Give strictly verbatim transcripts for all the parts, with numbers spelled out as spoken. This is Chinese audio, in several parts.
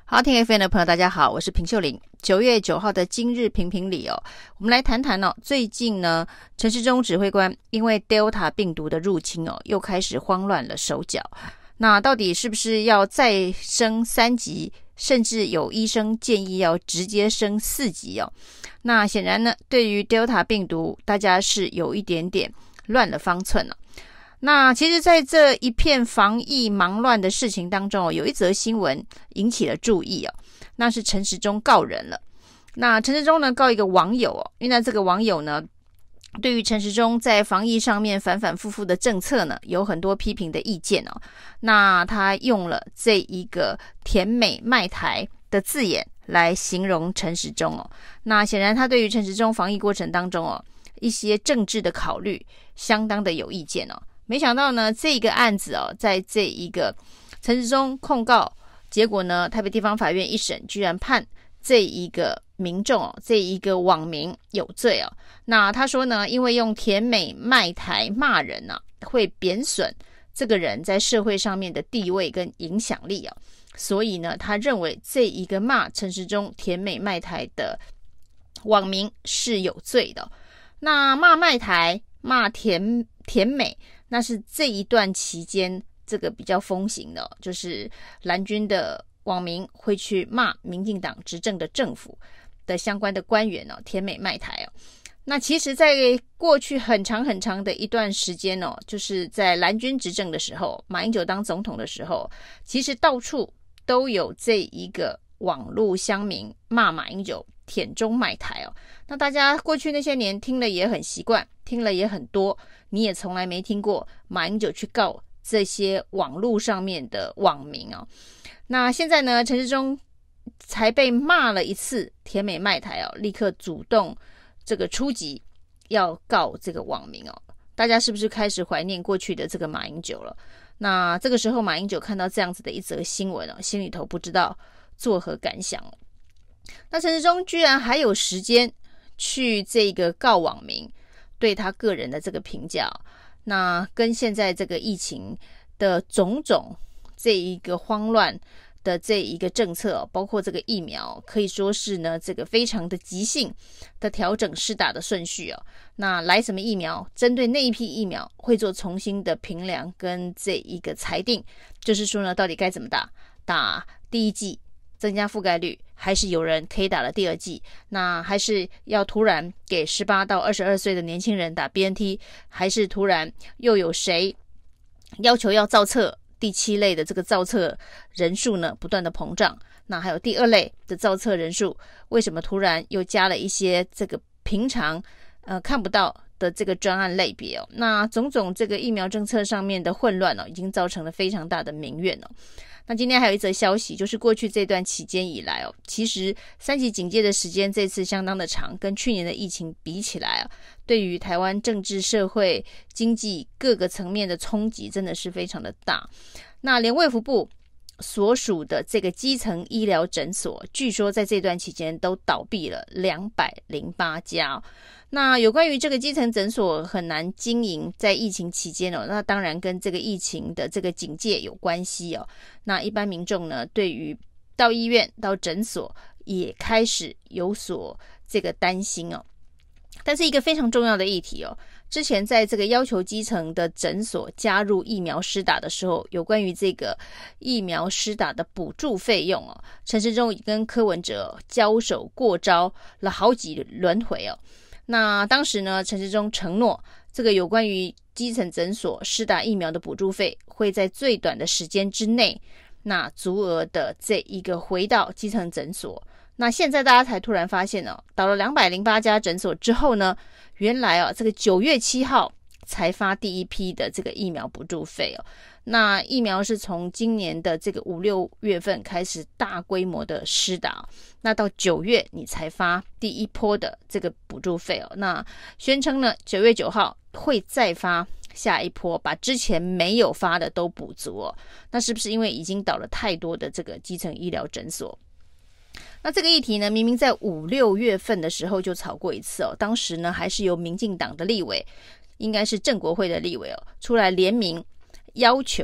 好，听 F M 的朋友大家好，我是平秀玲。九月九号的今日评评理哦，我们来谈谈哦，最近呢，陈时中指挥官因为 Delta 病毒的入侵哦，又开始慌乱了手脚。那到底是不是要再升三级，甚至有医生建议要直接升四级哦？那显然呢，对于 Delta 病毒，大家是有一点点乱了方寸了。那其实在这一片防疫忙乱的事情当中、哦、有一则新闻引起了注意哦，那是陈时中告人了。那陈时中呢告一个网友哦，因为这个网友呢对于陈时中在防疫上面反反复复的政策呢有很多批评的意见哦。那他用了这一个甜美卖台的字眼来形容陈时中哦。那显然他对于陈时中防疫过程当中哦一些政治的考虑相当的有意见哦。没想到呢，这个案子哦，在这一个陈时中控告，结果呢，台北地方法院一审，居然判这一个民众哦，这一个网民有罪哦。那他说呢，因为用甜美卖台骂人啊，会贬损这个人在社会上面的地位跟影响力啊，所以呢，他认为这一个骂陈时中甜美卖台的网民是有罪的。那骂卖台、骂甜甜美。那是这一段期间这个比较风行的、哦、就是蓝军的网民会去骂民进党执政的政府的相关的官员哦，甜美卖台哦。那其实在过去很长很长的一段时间哦，就是在蓝军执政的时候，马英九当总统的时候，其实到处都有这一个网络乡民骂马英九舔中卖台哦。那大家过去那些年听了也很习惯，听了也很多，你也从来没听过马英九去告这些网络上面的网民哦。那现在呢，陈时中才被骂了一次甜美卖台哦，立刻主动这个出击要告这个网民哦。大家是不是开始怀念过去的这个马英九了？那这个时候马英九看到这样子的一则新闻哦，心里头不知道作何感想哦。那陈时中居然还有时间去这个告网民对他个人的这个评价，那跟现在这个疫情的种种这一个慌乱的这一个政策，包括这个疫苗，可以说是呢这个非常的即兴的调整施打的顺序哦。那来什么疫苗，针对那一批疫苗会做重新的评量跟这一个裁定，就是说呢到底该怎么打，打第一剂增加覆盖率，还是有人可以打了第二剂？那还是要突然给十八到二十二岁的年轻人打 B N T， 还是突然又有谁要求要造册？第七类的这个造册人数呢不断的膨胀，那还有第二类的造册人数，为什么突然又加了一些这个平常呃看不到的这个专案类别哦？那种种这个疫苗政策上面的混乱哦，已经造成了非常大的民怨哦。那今天还有一则消息，就是过去这段期间以来哦，其实三级警戒的时间这次相当的长，跟去年的疫情比起来啊，对于台湾政治、社会、经济各个层面的冲击真的是非常的大。那连卫福部所属的这个基层医疗诊所，据说在这段期间都倒闭了两百零八家。那有关于这个基层诊所很难经营在疫情期间哦，那当然跟这个疫情的这个警戒有关系哦。那一般民众呢，对于到医院到诊所也开始有所这个担心哦。但是一个非常重要的议题哦，之前在这个要求基层的诊所加入疫苗施打的时候，有关于这个疫苗施打的补助费用哦，陈时中跟柯文哲交手过招了好几轮回哦。那当时呢，陈时中承诺这个有关于基层诊所施打疫苗的补助费会在最短的时间之内，那足额的这一个回到基层诊所。那现在大家才突然发现哦，到了两百零八家诊所之后呢，原来哦这个九月七号才发第一批的这个疫苗补助费哦。那疫苗是从今年的这个五六月份开始大规模的施打，那到九月你才发第一波的这个补助费哦。那宣称呢，九月九号会再发下一波，把之前没有发的都补足哦。那是不是因为已经倒了太多的这个基层医疗诊所？那这个议题呢，明明在五六月份的时候就吵过一次哦，当时呢还是由民进党的立委，应该是正国会的立委哦，出来联名要求哦，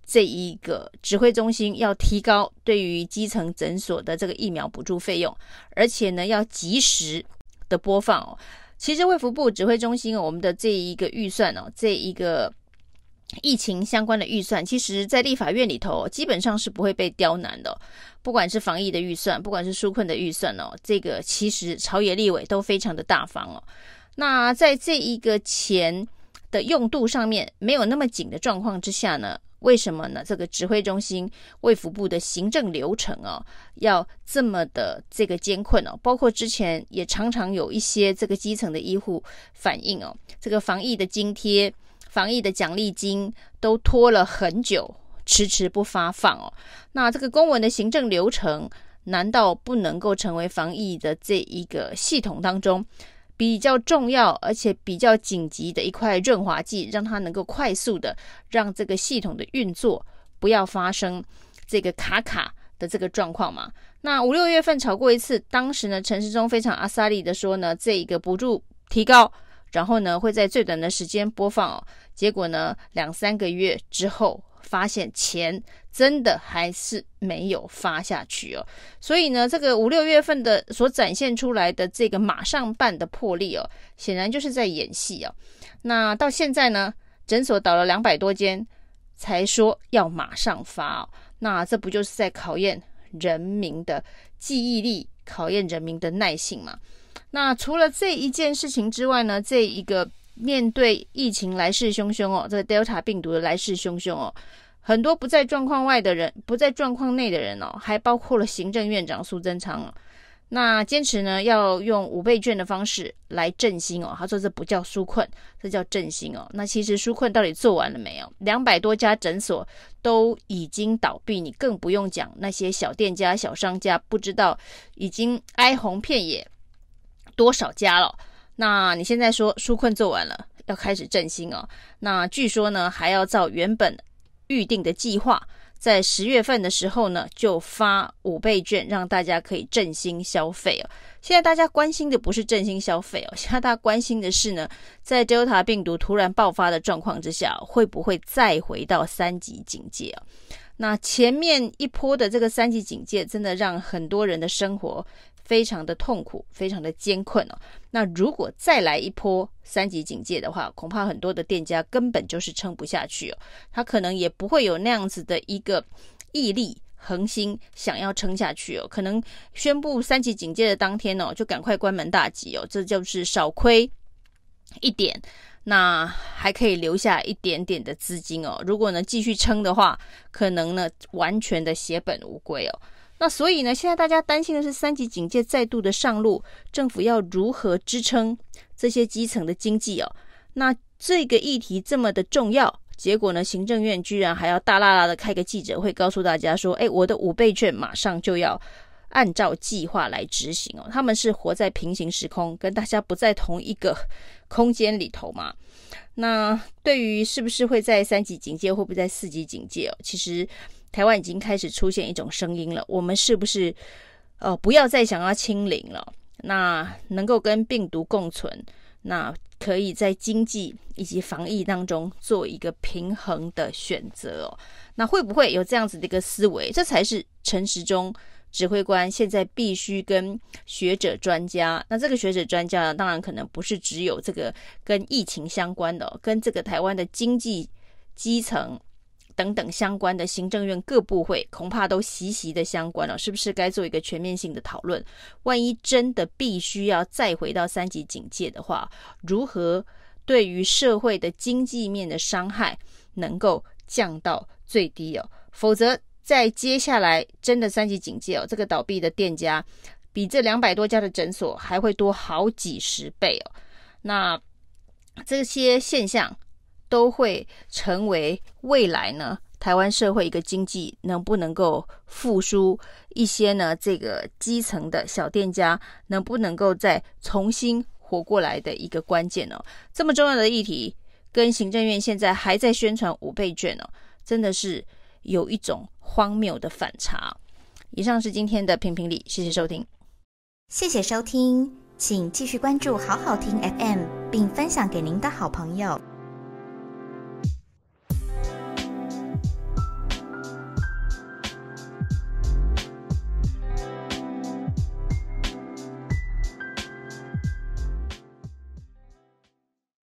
这一个指挥中心要提高对于基层诊所的这个疫苗补助费用，而且呢要及时的播放哦。其实卫福部指挥中心哦，我们的这一个预算哦，这一个疫情相关的预算，其实在立法院里头、哦、基本上是不会被刁难的、哦，不管是防疫的预算，不管是纾困的预算哦，这个其实朝野立委都非常的大方哦。那在这一个钱的用度上面没有那么紧的状况之下呢，为什么呢？这个指挥中心卫福部的行政流程哦，要这么的这个艰困哦，包括之前也常常有一些这个基层的医护反映哦，这个防疫的津贴、防疫的奖励金都拖了很久，迟迟不发放哦。那这个公文的行政流程，难道不能够成为防疫的这一个系统当中比较重要而且比较紧急的一块润滑剂，让它能够快速的让这个系统的运作不要发生这个卡卡的这个状况嘛？那五六月份炒过一次，当时呢陈时中非常阿萨利的说呢，这一个补助提高，然后呢会在最短的时间播放哦，结果呢两三个月之后发现钱真的还是没有发下去哦，所以呢这个五六月份的所展现出来的这个马上办的魄力哦，显然就是在演戏哦。那到现在呢诊所倒了两百多间才说要马上发哦，那这不就是在考验人民的记忆力，考验人民的耐性嘛？那除了这一件事情之外呢，这一个面对疫情来势汹汹哦，这个 Delta 病毒的来势汹汹哦，很多不在状况外的人，不在状况内的人哦，还包括了行政院长苏贞昌哦。那坚持呢要用五倍券的方式来振兴哦，他说这不叫纾困，这叫振兴哦。那其实纾困到底做完了没有？两百多家诊所都已经倒闭，你更不用讲那些小店家、小商家，不知道已经哀鸿遍野多少家了。那你现在说纾困做完了，要开始振兴哦。那据说呢还要照原本预定的计划，在十月份的时候呢就发五倍券，让大家可以振兴消费哦。现在大家关心的不是振兴消费哦，现在大家关心的是呢，在 Delta 病毒突然爆发的状况之下，会不会再回到三级警戒哦？那前面一波的这个三级警戒，真的让很多人的生活非常的痛苦，非常的艰困哦。那如果再来一波三级警戒的话，恐怕很多的店家根本就是撑不下去哦，他可能也不会有那样子的一个毅力恒心想要撑下去哦，可能宣布三级警戒的当天哦，就赶快关门大吉哦，这就是少亏一点，那还可以留下一点点的资金哦。如果呢继续撑的话，可能呢完全的血本无归哦。那所以呢，现在大家担心的是三级警戒再度的上路，政府要如何支撑这些基层的经济哦？那这个议题这么的重要，结果呢，行政院居然还要大剌剌的开个记者会，告诉大家说，哎，我的五倍券马上就要按照计划来执行哦。他们是活在平行时空，跟大家不在同一个空间里头嘛。那对于是不是会在三级警戒，会不会在四级警戒哦？其实台湾已经开始出现一种声音了，我们是不是呃不要再想要清零了？那能够跟病毒共存，那可以在经济以及防疫当中做一个平衡的选择哦。那会不会有这样子的一个思维？这才是陈时中指挥官现在必须跟学者专家，那这个学者专家呢，当然可能不是只有这个跟疫情相关的、哦，跟这个台湾的经济基层等等相关的行政院各部会恐怕都息息的相关了、哦，是不是该做一个全面性的讨论？万一真的必须要再回到三级警戒的话，如何对于社会的经济面的伤害能够降到最低哦？否则在接下来真的三级警戒哦，这个倒闭的店家比这两百多家的诊所还会多好几十倍哦。那这些现象都会成为未来呢台湾社会一个经济能不能够复苏，一些呢这个基层的小店家能不能够再重新活过来的一个关键哦。这么重要的议题，跟行政院现在还在宣传五倍券哦，真的是有一种荒谬的反差。以上是今天的评评理，谢谢收听。 谢谢收听，请继续关注好好听 F M， 并分享给您的好朋友。